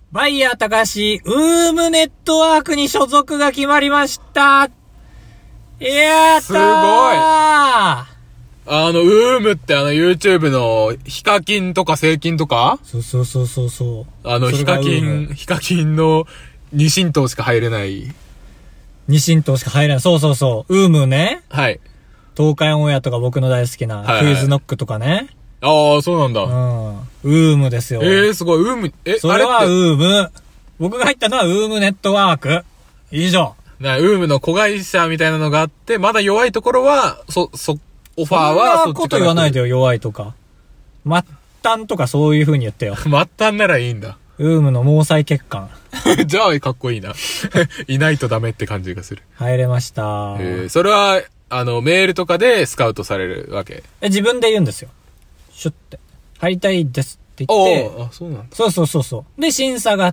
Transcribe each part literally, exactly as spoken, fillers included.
バイヤー高橋、ウームネットワークに所属が決まりました。やったー。 すごい。あの、ウームってあの YouTube のヒカキンとかセイキンとかそうそうそうそうそう。 あの、ヒカキン、ヒカキンの二神党しか入れない。 二神党しか入れない。そうそうそう。ウームね。 はい。 東海オンエアとか僕の大好きな、はいはい、クイズノックとかね。 ああ、そうなんだ。 うん。ウームですよ。 ええー、すごい。ウーム、え、 それはウーム。僕が入ったのはウームネットワーク。以上。 な、ウームの子会社みたいなのがあって、まだ弱いところは、そ、そ、オファーはそっちから。 そんなこと言わないでよ、弱いとか。末端とかそういう風に言ってよ。 末端ならいいんだ。 ウームの毛細血管。 じゃあ、かっこいいな。いないとダメって感じがする。 入れました。 えー、それは、あの、メールとかでスカウトされるわけ？ え、自分で言うんですよ。シュッて。入りたいですって言って。 ああ、そうなんだ。 そうそうそうそう。で、審査があって、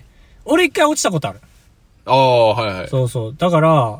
俺一回落ちたことある。 ああ、はいはい。 そうそう。だから、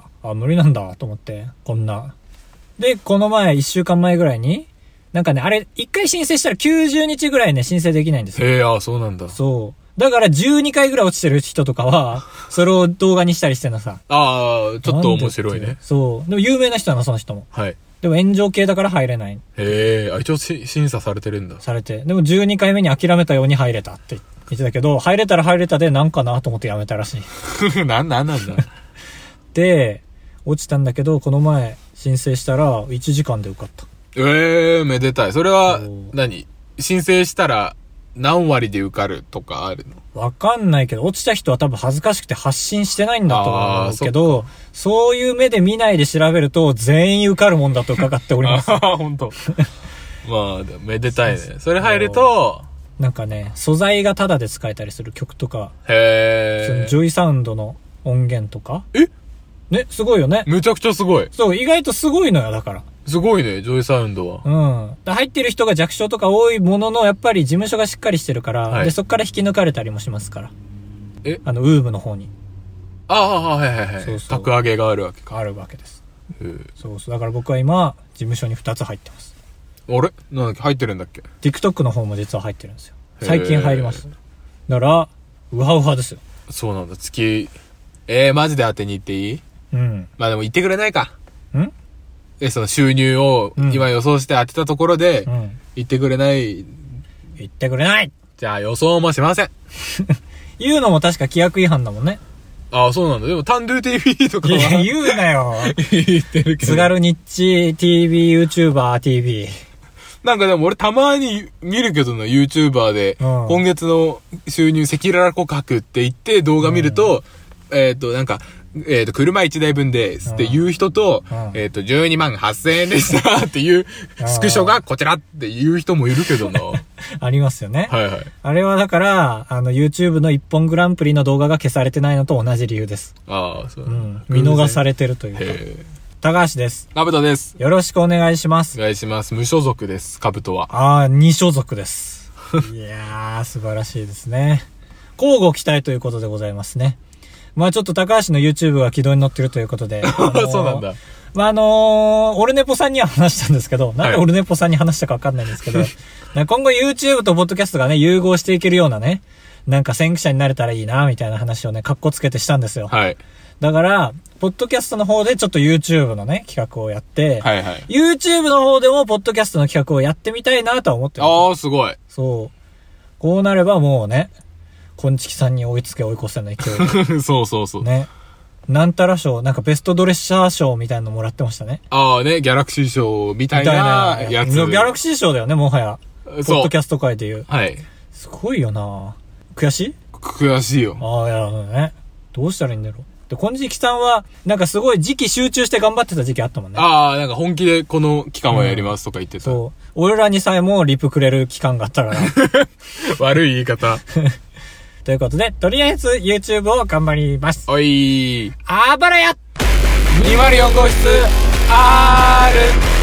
あ、無理なんだと思って、こんな。で、この前、一週間前ぐらいに、なんかね、あれ、一回申請したらきゅうじゅうにちぐらいね、申請できないんですよ。 へえ、ああ、そうなんだ。 そう。だからじゅうにかいぐらい落ちてる人とかは、それを動画にしたりしてんのさ。 ああ、ちょっと面白いね。 そう。でも有名な人なの、その人も。 はい。 でも炎上系だから入れない。 へえ、あ、一応し審査されてるんだ。 されて。でもじゅうにかいめに諦めたように入れたって言ってたけど、入れたら入れたでなんかなと思ってやめたらしい。 なんなんなんだ。 で、落ちたんだけど、この前申請したらいちじかんで受かった。 ええー、めでたい。それは何、申請したら何割で受かるとかあるの？ わかんないけど、落ちた人は多分恥ずかしくて発信してないんだと思うけど、そ, そういう目で見ないで調べると全員受かるもんだと伺っております。 ああ、ほんと。まあ、めでたいね。そ, それ入ると、 なんかね、素材がタダで使えたりする曲とか、 へそのジョイサウンドの音源とか。 えね、すごいよね。 めちゃくちゃすごい。 そう、意外とすごいのよ、だから。 すごいね、ジョイサウンドは。 うん。だ入ってる人が弱小とか多いものの、やっぱり事務所がしっかりしてるから、はい、で、そっから引き抜かれたりもしますから。 えあの、ウームの方に。 ああ、はいはいはい。そうそう。格上げがあるわけか。 あるわけです。そうそう。だから僕は今、事務所にふたつ入ってます。 あれなんだっけ入ってるんだっけ？ TikTok の方も実は入ってるんですよ。最近入りました。だから、ウハウハですよ。 そうなんだ。月、えー、マジで当てに行っていい？ うん。 まあでも言ってくれないか。 ん？ え、その収入を今予想して当てたところで、うん、言ってくれない。 言ってくれない。 じゃあ予想もしません。 言うのも確か規約違反だもんね。 ああ、そうなんだ。でも、タンドゥ ティーブイ とかは。 いや、言うなよ。 言ってるけど。 津軽ニッチ ティーブイ、YouTuber ティーブイ。 なんかでも俺たまに見るけどな、YouTuber で、うん、今月の収入赤裸々告白って言って動画見ると、うん、えっと、なんか、えっと、車いちだいぶんですって言う人と、うん、えっと、じゅうにまんはっせんえんでしたっていうスクショがこちらっていう人もいるけどな。 ありますよね。 はいはい。 あれはだから、あの、YouTube の一本グランプリの動画が消されてないのと同じ理由です。 ああ、そう。 うん。見逃されてるというか。へ高橋です。 カブトです。 よろしくお願いします。 お願いします。無所属です、カブトは。 ああ、二所属です。いやー、素晴らしいですね。交互期待ということでございますね。まあちょっと高橋の YouTube が軌道に乗ってるということで。あのー、 そうなんだ。 まああのー、オルネポさんには話したんですけど、なんでオルネポさんに話したかわかんないんですけど、はい、今後 YouTube とポッドキャストがね、融合していけるようなね、なんか先駆者になれたらいいな、みたいな話をね、カッコつけてしたんですよ。 はい。 だから、ポッドキャストの方でちょっと YouTube のね、企画をやって、 はいはい。 YouTube の方でもポッドキャストの企画をやってみたいなとは思ってる。 ああ、すごい。 そう。こうなればもうね、こんちきさんに追いつけ追い越せの勢い。そうそうそう。 ね。なんたら賞、なんかベストドレッシャー賞みたいなのもらってましたね。 ああね、ギャラクシー賞みたいなやつ。 ギャラクシー賞だよね、もはや。ポッドキャスト界でいう。 はい。 すごいよな悔しい悔しいよ。 ああ、いや、ね。どうしたらいいんだろう。で、こんじきさんは、なんかすごい時期集中して頑張ってた時期あったもんね。 ああ、なんか本気でこの期間はやりますとか言ってた。うん、 そう。俺らにさえもリプくれる期間があったから。 悪い言い方。 ということで、とりあえず YouTube を頑張ります。 おいー。 あばらや ! にまるよん 号室 R!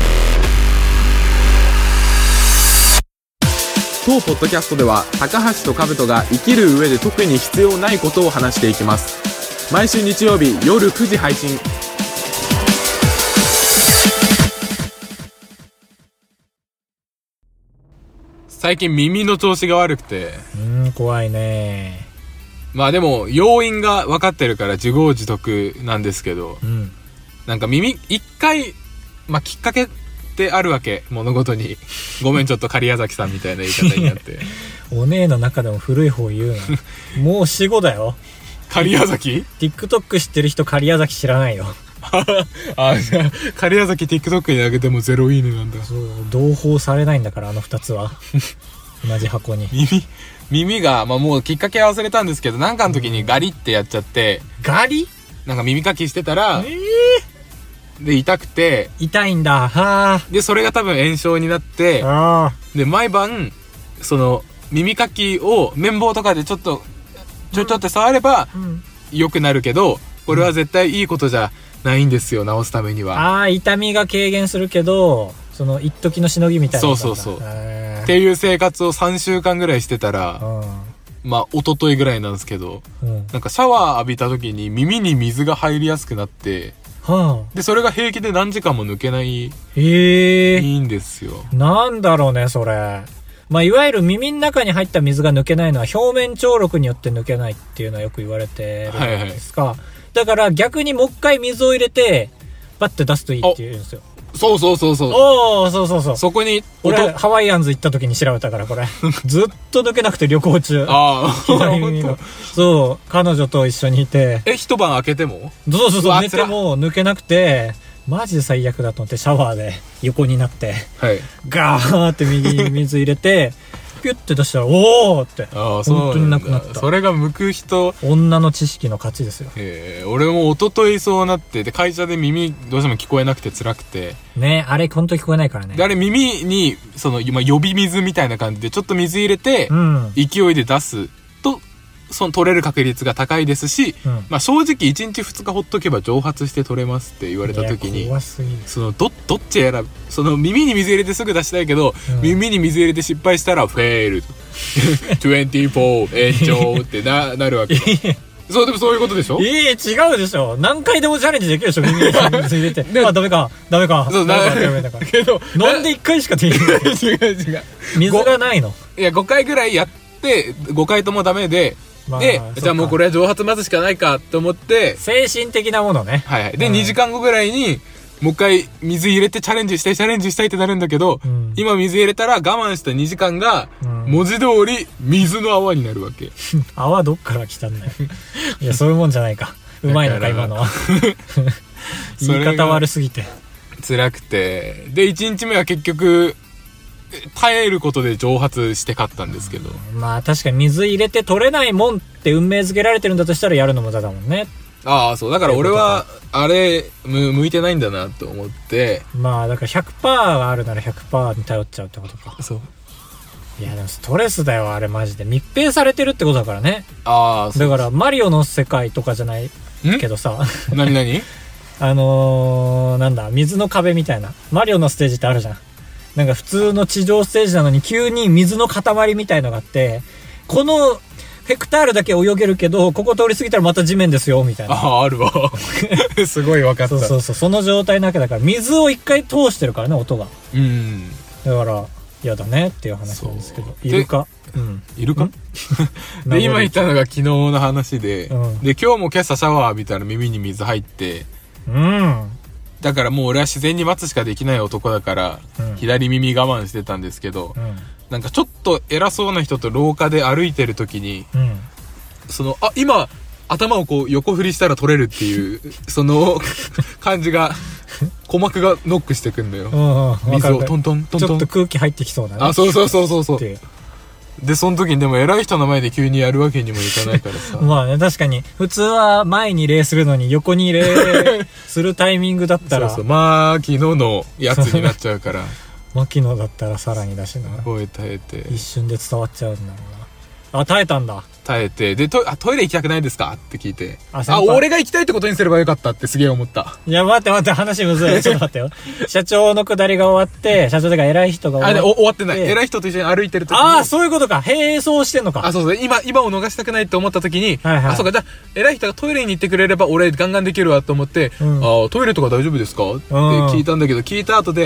当ポッドキャストでは、高橋と兜が生きる上で特に必要ないことを話していきます。毎週日曜日夜くじ配信。最近耳の調子が悪くて。 うーん、怖いね。 まあでも要因が分かってるから自業自得なんですけど、 うん、 なんか耳一回、まあきっかけってあるわけ、物事に。ごめんちょっと狩矢崎さんみたいな言い方になってお姉の中でも古い方言うなもう死後だよ。 狩矢崎 TikTok 知ってる人狩矢崎知らないよあ、じゃあ狩矢崎 TikTok に上げてもゼロいいねなんだ。 そう同封されないんだから、あの二つは同じ箱に。 耳耳が、まあもうきっかけは忘れたんですけど、なんかの時にガリってやっちゃって、 ガリなんか耳かきしてたら、 えー、 で痛くて、 痛いんだ。はでそれが多分炎症になって、 あで毎晩その耳かきを綿棒とかでちょっとちょちょって触れば良くなるけど、これは絶対いいことじゃないんですよ、治すためには。 ああ、痛みが軽減するけど、その一時のしのぎみたいな。 そうそうそう。っていう生活をさんしゅうかんぐらいしてたら、うん、まあ一昨日ぐらいなんですけど、うん、なんかシャワー浴びた時に耳に水が入りやすくなって、はあ、でそれが平気で何時間も抜けない、 へえ、 いいんですよ。 なんだろうねそれ。まあいわゆる耳の中に入った水が抜けないのは表面張力によって抜けないっていうのはよく言われてるじゃないですか、はいはい、だから逆にもう一回水を入れてバッて出すといいって言うんですよ。 そうそうそうそう。 おー、そうそうそう。 そこに、 俺、ハワイアンズ行った時に調べたから、これ。ずっと抜けなくて旅行中。 ああ、 左耳が。そう、彼女と一緒にいて。 え、一晩開けても？ そうそうそう、寝ても抜けなくて、マジで最悪だと思ってシャワーで横になって、 はい、 ガーって右に水入れて、ピュッて出したら、おーって。 ああ、そう。 本当になくなった。 それが向く人。 女の知識の勝ちですよ。 ええー、俺も一昨日そうなって、で、会社で耳どうしても聞こえなくて辛くて。 ね、あれ本当聞こえないからね。 で、あれ耳に、その、今、予備水みたいな感じで、ちょっと水入れて、うん、勢いで出すと、その取れる確率が高いですし、うん、まあ正直いちにちふつかほっとけば蒸発して取れますって言われた時に、そのどどっち選ぶ、その耳に水入れてすぐ出したいけど、うん、耳に水入れて失敗したらフェールにじゅうよん延長ってななるわけそう、でもそういうことでしょ。 ええー、違うでしょ。何回でもチャレンジできるでしょ、耳に水入れてあ、ダメかダメかそう、ダメだからけどなんでいっかいしかできない違う違う、 水がないの。 いやごかいぐらいやってごかいともダメで、まあ、で、じゃあもうこれは蒸発待つしかないかと思って、 精神的なものね。 はいはい。で、うん、にじかんごぐらいに、もう一回水入れてチャレンジしたい、チャレンジしたいってなるんだけど、うん、今水入れたら我慢したにじかんが、文字通り水の泡になるわけ。 泡どっから来たんだよ。いや、そういうもんじゃないか。うまいのか、今のは。言い方悪すぎて。 辛くて。で、いちにちめは結局、耐えることで蒸発して勝ったんですけど、 まあ確かに水入れて取れないもんって運命づけられてるんだとしたらやるのもだだもんね。 ああ、そう、だから俺はあれむ向いてないんだなと思って、 まあだから ひゃくパーセント があるなら ひゃくパーセント に頼っちゃうってことか。 そう、 いやでもストレスだよあれ、マジで密閉されてるってことだからね。 ああ、 そうだからマリオの世界とかじゃないけどさ何何あのー、なんだ、水の壁みたいなマリオのステージってあるじゃん。なんか普通の地上ステージなのに急に水の塊みたいのがあって、このヘクタールだけ泳げるけど、ここ通り過ぎたらまた地面ですよみたいな。 ああ、あるわすごい分かった。 そうそうそう、その状態なわけだから、水を一回通してるからね、音が。 うん、 だから嫌だねっていう話なんですけど、いるか、 うん、いるかで今言ったのが昨日の話で、うん、で今日も今朝シャワー浴びたら耳に水入って、 うん、 だからもう俺は自然に待つしかできない男だから、うん、左耳我慢してたんですけど、うん、なんかちょっと偉そうな人と廊下で歩いてる時に、うん、そのあ今頭をこう横振りしたら取れるっていうその感じが鼓膜がノックしてくんのよ、うん、水をトントントントン、 ちょっと空気入ってきそうだね。 あ、そうそうそうそうそうで、その時にでも偉い人の前で急にやるわけにもいかないからさまあね、確かに普通は前に礼するのに横に礼するタイミングだったらそうそう、まあ昨日のやつになっちゃうから牧野だったらさらにだしな、 覚え耐えて一瞬で伝わっちゃうんだろうな。あ、耐えたんだ。 耐えて、で、トイ、あ、トイレ行きたくないですかって聞いて、あ、あ、俺が行きたいってことにすればよかったってすげえ思った。 いや、待って待って、話むずい。ちょっと待ってよ。社長のくだりが終わって、社長とか偉い人が終わって。 あ、で、終わってない。偉い人と一緒に歩いてる時に。 ああ、そういうことか。並走してんのか。 あ、そうそう。今、今を逃したくないって思った時に、はいはい、あ、そうか、じゃあ、偉い人がトイレに行ってくれれば俺ガンガンできるわと思って、うん、あ、トイレとか大丈夫ですかって聞いたんだけど、聞いた後で、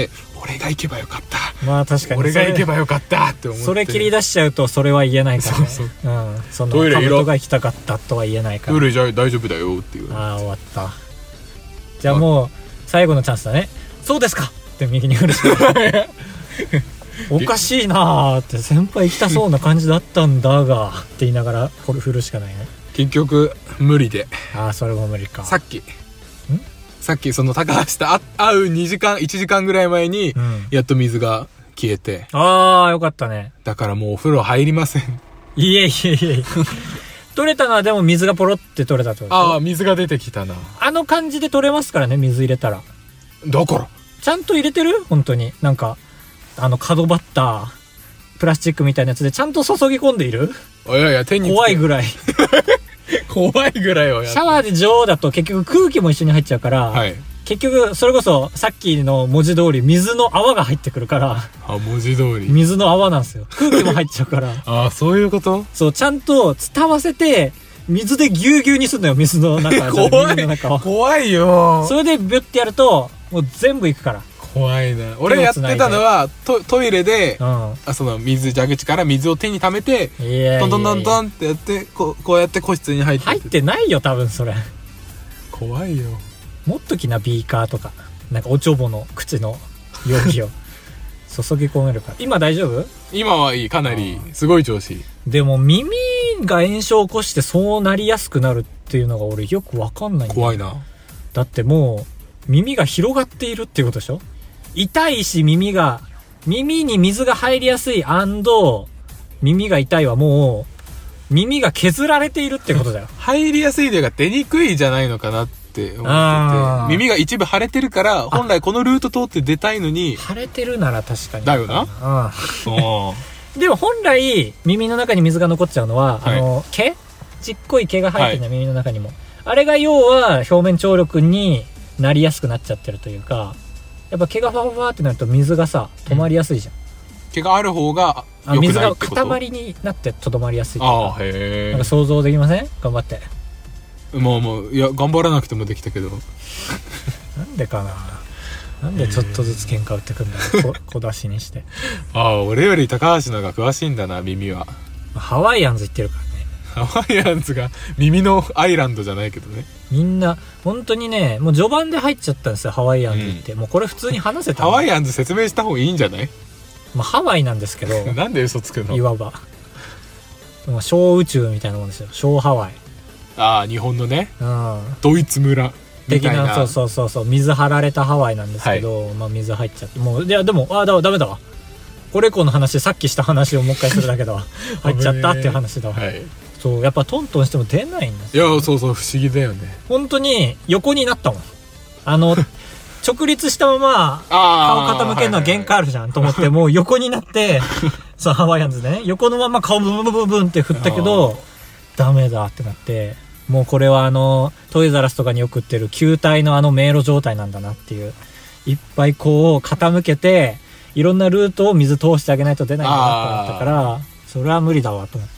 俺が行けばよかった。 まあ確かに俺が行けばよかったって思って。 それ切り出しちゃうとそれは言えないからね。そうそう。うん。そのトイレカブトが行きたかったとは言えないから。 トイレじゃ大丈夫だよっていう。 ああ終わった。じゃあもう最後のチャンスだね。そうですかって右に振るしかない。おかしいなーって先輩行きたそうな感じだったんだがって言いながらこれ振るしかないね。 結局無理で。 ああそれも無理か。 さっきんさっきその高橋と会うにじかんいちじかんぐらい前に、うん、やっと水が消えて。 ああよかったね。 だからもうお風呂入りません。 いえいえいえ取れたのはでも水がポロって取れたってこと。 ああ水が出てきたな。 あの感じで取れますからね水入れたら。 だからちゃんと入れてる本当になんかあの角張ったプラスチックみたいなやつでちゃんと注ぎ込んでいる。 いやいや手に怖いぐらい怖いぐらいはやシャワーで常温だと結局空気も一緒に入っちゃうから、はい、結局それこそさっきの文字通り水の泡が入ってくるから。 あ文字通り水の泡なんですよ。空気も入っちゃうからあそういうこと。 そうちゃんと伝わせて水でぎゅうぎゅうにすんのよ水の中怖い水の中を怖いよ。 それでビュッてやるともう全部いくから。 怖いな。俺やってたのは ト, トイレで、うん、あその水蛇口から水を手に溜めてトントントントンってやってこ う, こうやって個室に入って入ってないよ多分それ。 怖いよ。 もっときなビーカーとかなんかおちょぼの口の容器を注ぎ込めるから。今大丈夫？ 今はいいかなりすごい調子いい。 でも耳が炎症を起こしてそうなりやすくなるっていうのが俺よくわかんないんだよ。 怖いな。 だってもう耳が広がっているっていうことでしょ。痛いし耳が耳に水が入りやすい&耳が痛いはもう耳が削られているってことだよ。 入りやすいというか出にくいじゃないのかなって思ってて、耳が一部腫れてるから本来このルート通って出たいのに。 腫れてるなら確かにだよな。 うんでも本来耳の中に水が残っちゃうのは、はい、あの毛ちっこい毛が入ってるんだよ、はい、耳の中にも。あれが要は表面張力になりやすくなっちゃってるというか、やっぱ毛がファファファってなると水がさ止まりやすいじゃん、うん、 毛がある方が良くないってこと？ 水が塊になってとどまりやすいとか。 あーへー。 なんか想像できません？頑張って。 もうもういや頑張らなくてもできたけどなんでかな。なんでちょっとずつ喧嘩売ってくんだろう小出しにして。 ああ俺より高橋の方が詳しいんだな耳は。 ハワイアンズ行ってるからね。 ハワイアンズが耳のアイランドじゃないけどね。 みんな本当にねもう序盤で入っちゃったんですよハワイアンズって、うん、もうこれ普通に話せた。 ハワイアンズ説明した方がいいんじゃない？ まあハワイなんですけどなんで嘘つくの？ いわば小宇宙みたいなもんですよ。小ハワイ。 ああ日本のね、 うん、 ドイツ村みたいな。 そうそうそうそう水張られたハワイなんですけど、はい、まあ水入っちゃってもういやでもあだダメだわこれこの話さっきした話をもう一回するだけだわ入っちゃったっていう話だわ、はい、そうやっぱトントンしても出ないんですよ。いやそうそう不思議だよね。 本当に横になったもんあの直立したまま顔傾けるのは限界あるじゃんと思ってもう横になってそうハワイアンズね横のまま顔ブンブンブンブンって振ったけどダメだってなってもうこれはあのトイザラスとかによく売ってる球体のあの迷路状態なんだなっていういっぱいこう傾けていろんなルートを水通してあげないと出ないんだなって思ったからそれは無理だわと思って。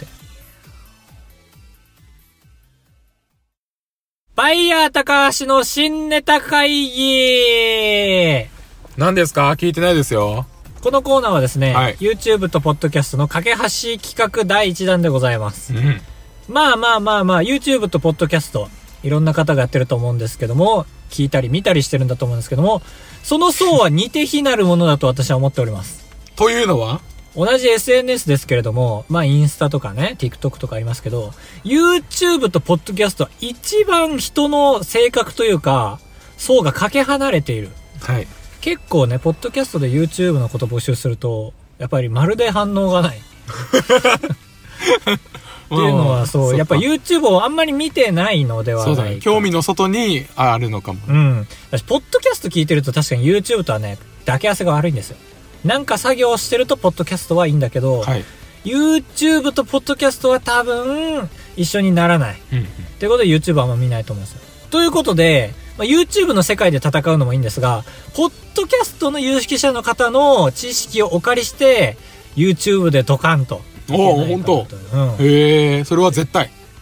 バイヤー高橋の新ネタ会議。 何ですか？聞いてないですよ。 このコーナーはですね、はい、YouTube と Podcast の架け橋企画だいいちだんでございます。うん、まあまあまあまあ YouTube と Podcast いろんな方がやってると思うんですけども聞いたり見たりしてるんだと思うんですけどもその層は似て非なるものだと私は思っております。 というのは同じ エスエヌエス ですけれども、まあインスタとかね、TikTok とかありますけど、YouTube と Podcast は一番人の性格というか、層がかけ離れている。 はい。 結構ね、Podcast で YouTube のこと募集すると、やっぱりまるで反応がない。っていうのはそう、やっぱ YouTube をあんまり見てないのではないか。そうだね。 興味の外にあるのかも。 うん。私、Podcast 聞いてると確かに YouTube とはね、抱き合わせが悪いんですよ。なんか作業してるとポッドキャストはいいんだけど、はい、YouTube とポッドキャストは多分一緒にならない。うんうん、ってことで YouTube はあんま見ないと思うんですよ。ということで、まあ、YouTube の世界で戦うのもいいんですが、ポッドキャストの有識者の方の知識をお借りして、YouTube でドカンと。 おお、ほんと。うん、へえ、それは絶対。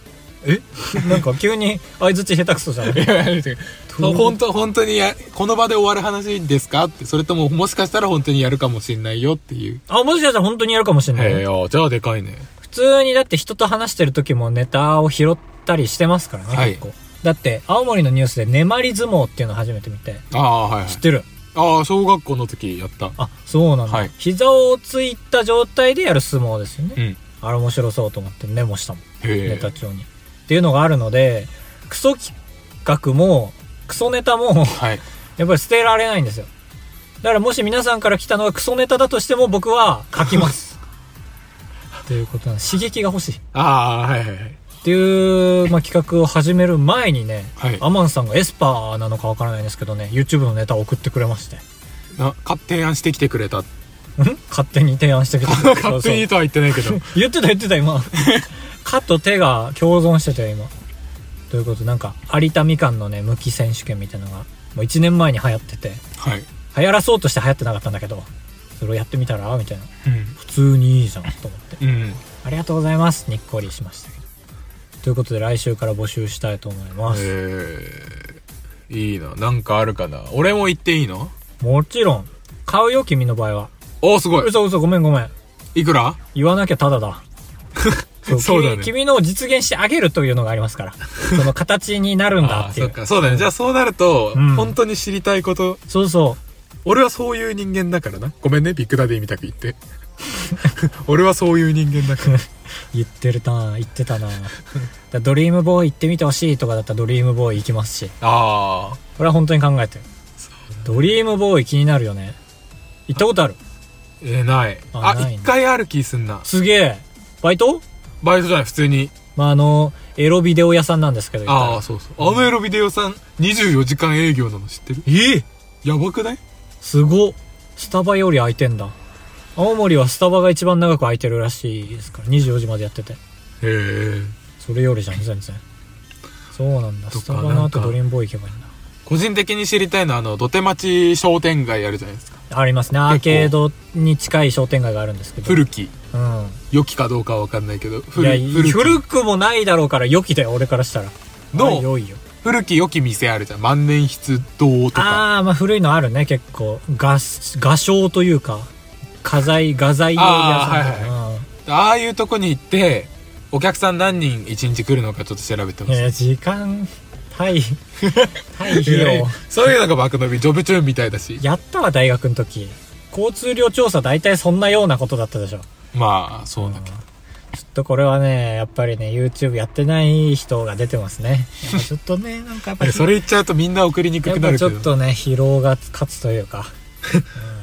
えなんか急に相づち下手くそじゃない？ いやいや本当本当にやこの場で終わる話ですかって、それとももしかしたら本当にやるかもしれないよっていう。 あ、もしかしたら本当にやるかもしれない。 へえ、じゃあでかいね。 普通にだって人と話してる時もネタを拾ったりしてますからね、はい、結構。だって青森のニュースで粘り相撲っていうのを初めて見て。 ああ、はい、はい。 知ってる？ ああ、小学校の時やった。 あ、そうなんだ。はい、膝をついた状態でやる相撲ですよね。 うん。 あれ面白そうと思ってメモしたもん。 へネタ帳に。っていうのがあるので、クソ企画も、クソネタも、はい、やっぱり捨てられないんですよ。だからもし皆さんから来たのがクソネタだとしても僕は書きます。っていうことなんです。刺激が欲しい。 ああ、はいはいはい。 っていう、まあ、企画を始める前にね、はい、アマンさんがエスパーなのかわからないんですけどね、YouTube のネタを送ってくれまして。 あ、勝手に提案してきてくれた。ん勝手に提案してきてくれた。 勝手にとは言ってないけど。 言ってた言ってた今。カと手が共存してて今。ということでなんか有田みかんのね無期選手権みたいなのがもういちねんまえに流行ってて、 はい、 流行らそうとして流行ってなかったんだけど、それをやってみたらみたいな、 うん、 普通にいいじゃんと思って、 うん、 ありがとうございますにっこりしましたけど。ということで来週から募集したいと思います。 えー、いいな。なんかあるかな。俺も言っていいの？ もちろん。買うよ君の場合は。 おーすごい。 嘘嘘ごめんごめん。 いくら？ 言わなきゃタダだ。そうそうだね。 君、君のを実現してあげるというのがありますから。その形になるんだっていう。 あ、そうか。そうだね。じゃあそうなると、うん、本当に知りたいこと。 そうそう。 俺はそういう人間だからな。ごめんね、ビッグダディみたく言って。俺はそういう人間だから。 言ってるな、言ってたな。だドリームボーイ行ってみてほしいとかだったらドリームボーイ行きますし。 ああ。 これは本当に考えてる。ドリームボーイ気になるよね。行ったことある？ えー、ない。あ、一回ある気すんな。 すげえ。バイト？ バイトじゃない、普通に。 まあ、あの、エロビデオ屋さんなんですけど。 ああ、そうそう。あのエロビデオ屋さん、にじゅうよじかん営業なの知ってる？ ええー、やばくない？ すごっ。スタバより空いてんだ。青森はスタバが一番長く空いてるらしいですから、にじゅうよじまでやってて。へえ。 それよりじゃん、全然。そうなんだ。スタバの後ドリームボーイ行けばいいんだ。 個人的に知りたいのは、あの、土手町商店街あるじゃないですか。 ありますね。アーケードに近い商店街があるんですけど。 古き。 うん。 良きかどうかは分かんないけど。 古い。古, 古くもないだろうから良きだよ、俺からしたら。 の、 良いよ。 古き良き店あるじゃん。万年筆堂とか。 ああ、まあ古いのあるね、結構。画、画商というか、画材、画材用屋さんとか。 あ、はいはい、ああいうとこに行って、お客さん何人一日来るのかちょっと調べてほしい。 いや、時間、はい。はい、費用。 そういうのが爆伸び、ジョブチューンみたいだし。 やったわ、大学の時。交通量調査大体そんなようなことだったでしょ。 まあ、そうだけど。 ちょっとこれはね、やっぱりね、YouTube やってない人が出てますね。やっぱちょっとね、なんかやっぱり。 それ言っちゃうとみんな送りにくくなるけど。 やっぱちょっとね、疲労が勝つというか、うん、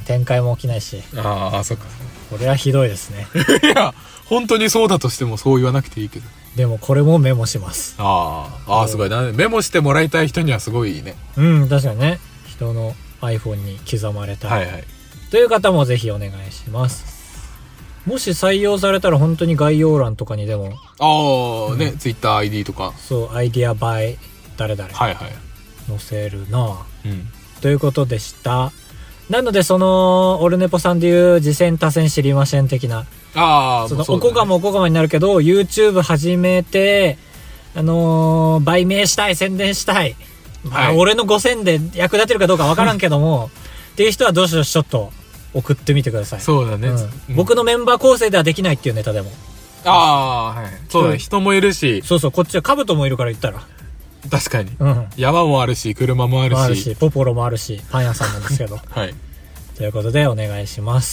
展開も起きないし。 ああ、そっか。 これはひどいですね。 いや、本当にそうだとしてもそう言わなくていいけど。 でもこれもメモします。 ああ、ああ、すごいな。メモしてもらいたい人にはすごいいいね。 うん、確かにね。人の iPhone に刻まれた。 はいはい。 という方もぜひお願いします。もし採用されたら本当に概要欄とかにでも。 ああ、うん、ね、Twitter アイディー とか。 そう、アイディアバイ誰々。 はいはい。 載せるな。 うん。 ということでした。なのでその、オルネポさんでいう次戦多戦知りません的な。 ああ、 その、おこがまおこがまになるけど、YouTube 始めて、あのー、売名したい、宣伝したい。まあ、はい、俺のごせんで役立てるかどうかわからんけども、っていう人はどしどしちょっと送ってみてください。 そうだね、 うんうん。僕のメンバー構成ではできないっていうネタでも。 ああ、はい。そうだね、人もいるし。 そうそう、こっちはカブトもいるから言ったら。 確かに。 うん。 山もあるし、車もあるし。 あるし、ポポロもあるし、パン屋さんなんですけど。 はい。 ということでお願いします。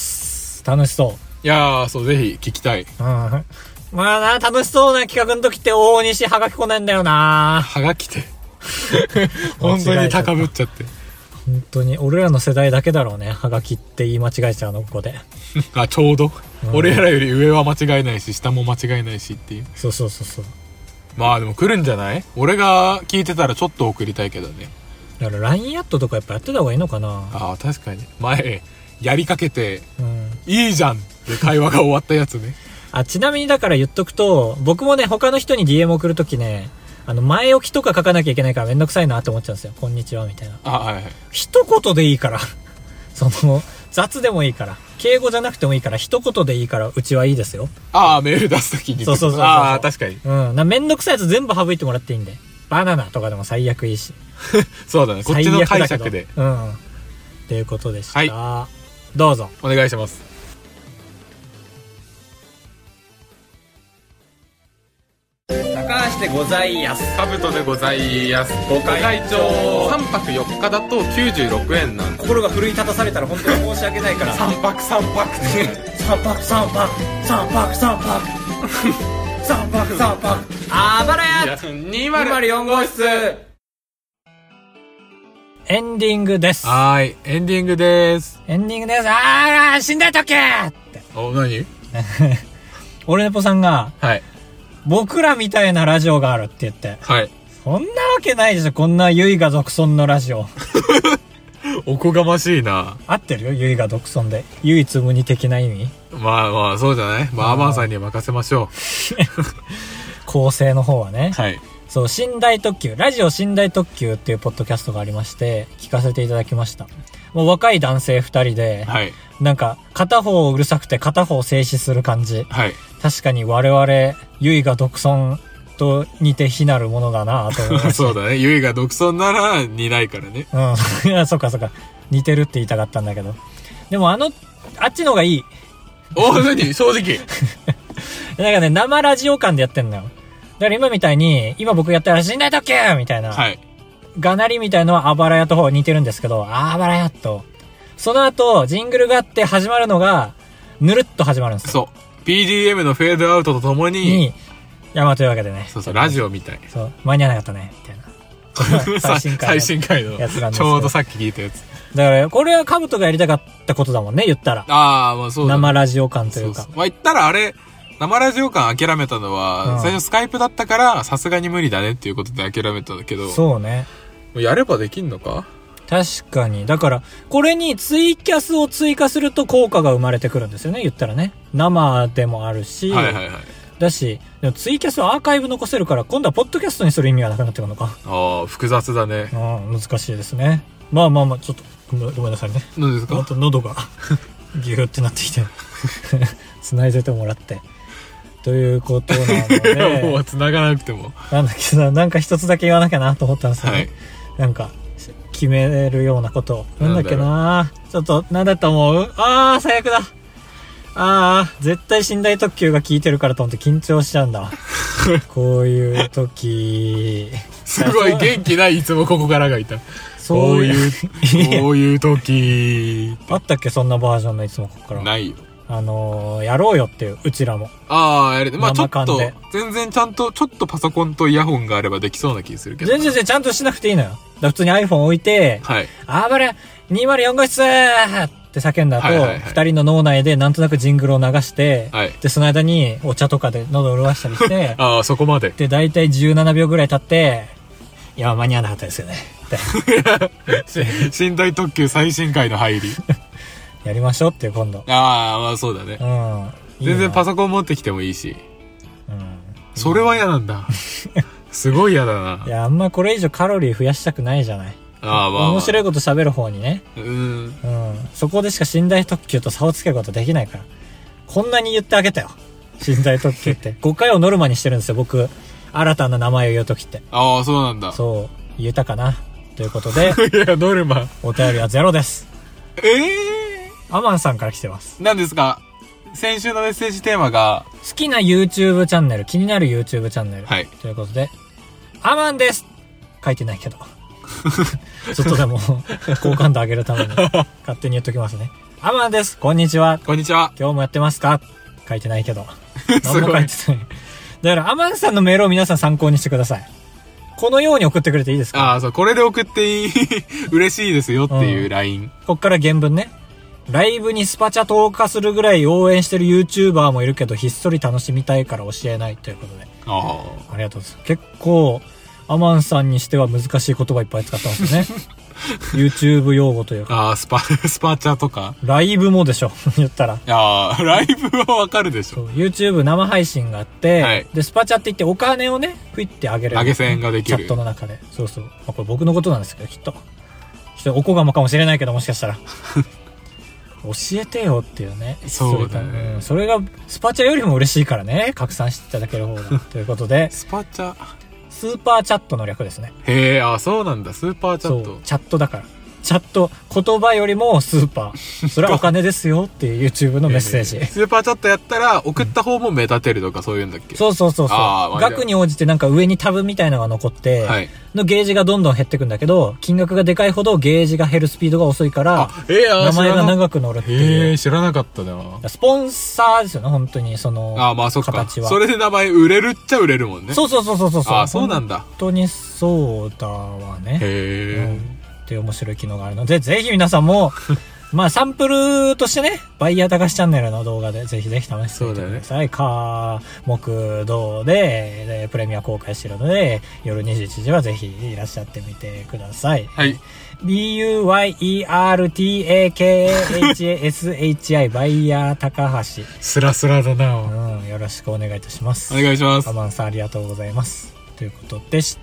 楽しそう。 いやー、そう、ぜひ聞きたい。 うん。まあな、楽しそうな企画の時って大西はがき来ないんだよな。 はがきて。本当に高ぶっちゃって。 本当に、俺らの世代だけだろうね。はがきって言い間違えちゃうの、ここで。 あ、ちょうど、うん。俺らより上は間違えないし、下も間違えないしっていう。 そうそうそうそう。 まあでも来るんじゃない？俺が聞いてたらちょっと送りたいけどね。 だから ライン アットとかやっぱやってた方がいいのかな。 ああ、確かに。前、やりかけて、 うん、 いいじゃんって会話が終わったやつね。 あ、ちなみにだから言っとくと、僕もね、他の人に ディーエム 送るときね、あの、前置きとか書かなきゃいけないからめんどくさいなって思っちゃうんですよ。こんにちは、みたいな。 あ、はいはい。 一言でいいから。その、 雑でもいいから。敬語じゃなくてもいいから、一言でいいから、うちはいいですよ。 ああ、メール出すときに。 そうそうそうそう。 ああ、確かに。 うん。なめんどくさいやつ全部省いてもらっていいんで。バナナとかでも最悪いいし。 そうだね。こっちの解釈で。 うん。っていうことでした。 はい。 どうぞ。 お願いします。 高橋でございやす。 カブトでございやす。ご会長。さんぱくよっかだときゅうじゅうろくえんなんで。 心が奮い立たされたら本当に申し訳ないから。 さんぱくさんぱくって。 さんぱくさんぱく。さんぱくさんぱく。さんぱくさんぱく。あばらやにまるよんご室。エンディングです。 はーい。エンディングです。 エンディングです。あー、死んだとけーって。 お、何オルネポさんが、 はい。 僕らみたいなラジオがあるって言って。 はい。 そんなわけないでしょ、こんなユイが独尊のラジオ。 おこがましいな。 合ってるよ、ユイが独尊で。唯一無二的な意味。 まあまあ、そうじゃないまあ、アマンさんには任せましょう。 構成の方はね。 はい。 そう、寝台特急、ラジオ寝台特急っていうポッドキャストがありまして、聞かせていただきました。もう若い男性二人で、はい。なんか、片方うるさくて片方静止する感じ。はい。確かに我々、ゆいが独尊と似て非なるものだなと思いました。 そうだね。ゆいが独尊なら似ないからね。 うん。いや、そっかそっか。似てるって言いたかったんだけど。でもあの、あっちの方がいい。 おー、何正直。 なんかね、生ラジオ感でやってんのよ。だから今みたいに、今僕やったら死んだとけみたいな。はい。がなりみたいのはあばらやとほぼ似てるんですけど、あばらやと。その後、ジングルがあって始まるのが、ぬるっと始まるんですよ。 そう。ピーディーエム のフェードアウトとともに。に、 いや、まあというわけでね。 そうそう、ラジオみたい。 そう、間に合わなかったね、みたいな。 最新回の。最新回のやつなんですちょうどさっき聞いたやつ。 だから、これはカブトがやりたかったことだもんね、言ったら。 ああ、まあそうだ、ね。 生ラジオ感というか。そうそうまあ言ったらあれ、生ラジオ感諦めたのは、うん、最初スカイプだったから、さすがに無理だねっていうことで諦めたんだけど。 そうね。 やればできんのか？ 確かに。だから、これにツイキャスを追加すると効果が生まれてくるんですよね、言ったらね。生でもあるし。はいはいはい。だし、でもツイキャスはアーカイブ残せるから、今度はポッドキャストにする意味がなくなってくるのか。 ああ、複雑だね。 うん、難しいですね。まあまあまあ、ちょっと、ごめんなさいね。 何ですか？ また喉が、ギューってなってきて、繋いでてもらって。ということなので。 もう繋がなくても。 なんだけど、なんか一つだけ言わなきゃなと思ったんですよね。はい、なんか、決めるようなこと。なんだっけなちょっと、なんだと思う？あー、最悪だ。あー、絶対寝台特急が効いてるからと思って緊張しちゃうんだ。こういう時。 すごい元気ないいつもここからがいた。そういう、こういう時。 あったっけそんなバージョンのいつもここから。 ないよ。 あのー、やろうよっていう、うちらも。 ああ、やれて。まあちょっと、全然ちゃんと、ちょっとパソコンとイヤホンがあればできそうな気するけど。 全然全然ちゃんとしなくていいのよ。だから普通に iPhone 置いて、はい。あばれ、にまるよんご室って叫んだ後、はいはいはい、二人の脳内でなんとなくジングルを流して、はい。で、その間にお茶とかで喉を潤したりして、 ああ、そこまで。 で、だいたいじゅうななびょうぐらい経って、いや、間に合わなかったですよね。 寝台特急最新回の入り。 やりましょうっていう今度。 ああ、まあそうだね。うん。全然パソコン持ってきてもいいし。うん。それは嫌なんだ。すごい嫌だな。 いや、あんまこれ以上カロリー増やしたくないじゃない。ああ、まあ、まあ。面白いこと喋る方にね。うん。うん。そこでしか寝台特急と差をつけることできないから。こんなに言ってあげたよ。寝台特急って。ごかいをノルマにしてるんですよ、僕。新たな名前を言うときって。 ああ、そうなんだ。 そう。言えたかな。ということで。 いや、ノルマ。 お便りはゼロです。 ええー、 アマンさんから来てます。 何ですか？先週のメッセージテーマが、 好きな YouTube チャンネル、気になる YouTube チャンネル。はい。ということで、アマンです書いてないけど。ちょっとでも、好感度上げるために、勝手に言っときますね。アマンです。こんにちは。 こんにちは。 今日もやってますか？書いてないけど。何も書いてない。だから、アマンさんのメールを皆さん参考にしてください。このように送ってくれていいですか？ ああ、そう、これで送っていい、嬉しいですよっていう ライン、うん。こっから原文ね。ライブにスパチャ投下するぐらい応援してる YouTuber もいるけど、ひっそり楽しみたいから教えないということで。ああ。ありがとうございます。結構、アマンさんにしては難しい言葉いっぱい使ってますね。YouTube 用語というか。 ああ、スパ、スパチャとか。 ライブもでしょ、言ったら。 ああ、ライブはわかるでしょ。 YouTube 生配信があって、はい、で、スパチャって言ってお金をね、ふいってあげる、ね。 投げ銭ができる。 チャットの中で。そうそう。まあ、これ僕のことなんですけど、きっと。きっとおこがまかもしれないけど、もしかしたら。 教えてよっていうね。 そうだね。 それ、うん、それがスパチャよりも嬉しいからね。拡散していただける方が。ということで。 スパチャ。 スーパーチャットの略ですね。 へえ、あ、そうなんだ。スーパーチャット。 そう、チャットだから。チャット、言葉よりもスーパー。それはお金ですよっていう YouTube のメッセージ。 スーパーチャットやったら、送った方も目立てるとかそういうんだっけ、 うん、そうそうそうそう。額に応じてなんか上にタブみたいなのが残って、はい、のゲージがどんどん減ってくんだけど、金額がでかいほどゲージが減るスピードが遅いから、 えー、 名前が長く乗るっていう。 えー、知らなかったな。 スポンサーですよね、本当に、その、 あ、まあそっか。 形は。 それで名前売れるっちゃ売れるもんね。 そうそうそうそうそう。 あ、そうなんだ。 本当にそうだわね。 へー。 うんっていう面白い機能があるので、ぜひ皆さんも、まあサンプルとしてね、バイヤー高橋チャンネルの動画でぜひぜひ試してみてください。ね、火、木、土でで、プレミア公開しているので、夜にじいちじはぜひいらっしゃってみてください。 はい。 ビーユーワイイーアールティーエーケーエイチエーエスエイチアイ バイヤー高橋。 スラスラだな。 うん、よろしくお願いいたします。 お願いします。 アマンさんありがとうございます。ということでした。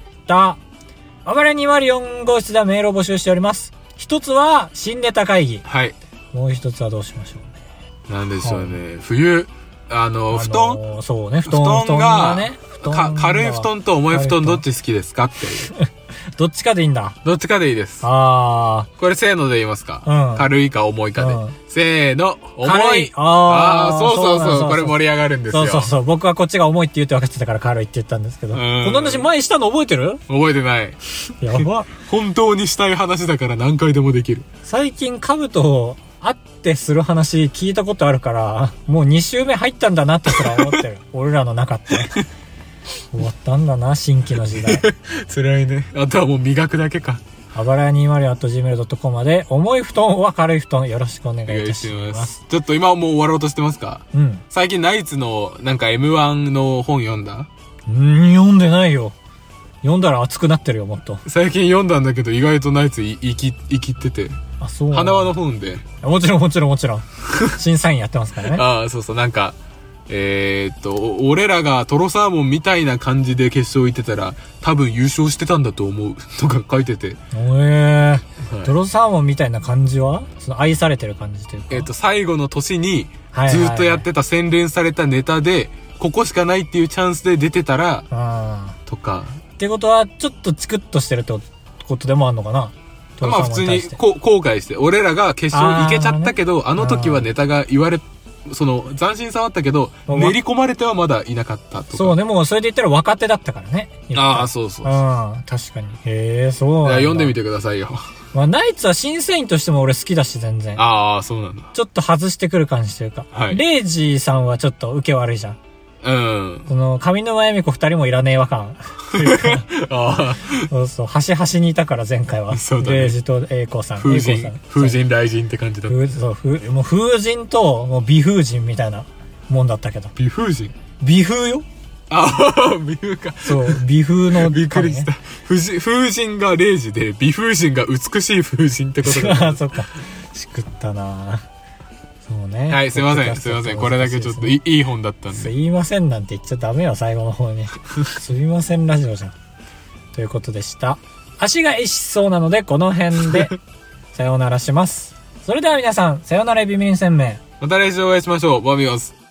あばれにまるよん号室ではメールを募集しております。一つは新ネタ会議。 はい。 もう一つはどうしましょうね。 なんでしょうね。はい、冬、あの、あのー、布団そうね、布団、 布団が、 ね、 布団が軽い布団と重い布団どっち好きですかっていう。 どっちかでいいんだ。 どっちかでいいです。 ああ。これせーので言いますか、うん、軽いか重いかで。うん、せーの、重い。 ああ、そうそうそうそう。これ盛り上がるんですよ。 そうそうそう。僕はこっちが重いって言って分かってたから軽いって言ったんですけど。この話前したの覚えてる？ 覚えてない。 やば。 本当にしたい話だから何回でもできる。 最近カブと会ってする話聞いたことあるから、もうに週目入ったんだなってすら思ってる。俺らの中って。終わったんだな、新規の時代。 辛いね。あとはもう磨くだけか。 あばらや にじゅう アットジーメールドットコム まで、重い布団は軽い布団よろしくお願いいたします。 ちょっと今もう終わろうとしてますか？ うん。 最近ナイツのなんか エムワン の本読んだ？ うん、読んでないよ。読んだら熱くなってるよ、もっと。 最近読んだんだけど意外とナイツ生き、生きてて。 あ、そう。 花輪の本で。 もちろんもちろんもちろん。審査員やってますからね。 ああ、そうそう、なんか、えー、っと、俺らがトロサーモンみたいな感じで決勝行ってたら、多分優勝してたんだと思う。とか書いてて。 えー、はい、トロサーモンみたいな感じはその愛されてる感じというか。 えー、っと、最後の年に、ずっとやってた洗練されたネタで、ここしかないっていうチャンスで出てたら、とか。 ってことは、ちょっとチクッとしてるってことでもあんのかな？ まあ普通にこ後悔して、俺らが決勝行けちゃったけど、あ,、ね、あの時はネタが言われ、その斬新さはあったけど、練り込まれてはまだいなかったとか。 そうね、もうそれで言ったら若手だったからね。 ああ、そうそうそう。 うん、確かに。へえ、そうなんだ。 読んでみてくださいよ。 まあ、ナイツは審査員としても俺好きだし、全然。 ああ、そうなんだ。 ちょっと外してくる感じというか。はい。レイジさんはちょっと受け悪いじゃん。 うん。 その、上沼恵美子二人もいらねえわ感。ああ。そうそう、端々にいたから前回は。 そうだね。 レイジと栄子さん。 風神。風神雷神って感じだった。 そう、風、もう風神と、もう美風神みたいなもんだったけど。 美風神？ 美風よ。 ああ、美風か。 そう、美風の、 ね。びっくりした。風神がレイジで、美風神が美しい風神ってことだ。 ああ、そっか。しくったなそうね。 はい、すいません、すいません。これだけちょっといい本だったんで。 すいませんなんて言っちゃダメよ、最後の方に。すいませんラジオじゃん。ということでした。足がえしそうなので、この辺で、さようならします。それでは皆さん、さようならビビン鮮明。 また来週お会いしましょう。バビオス。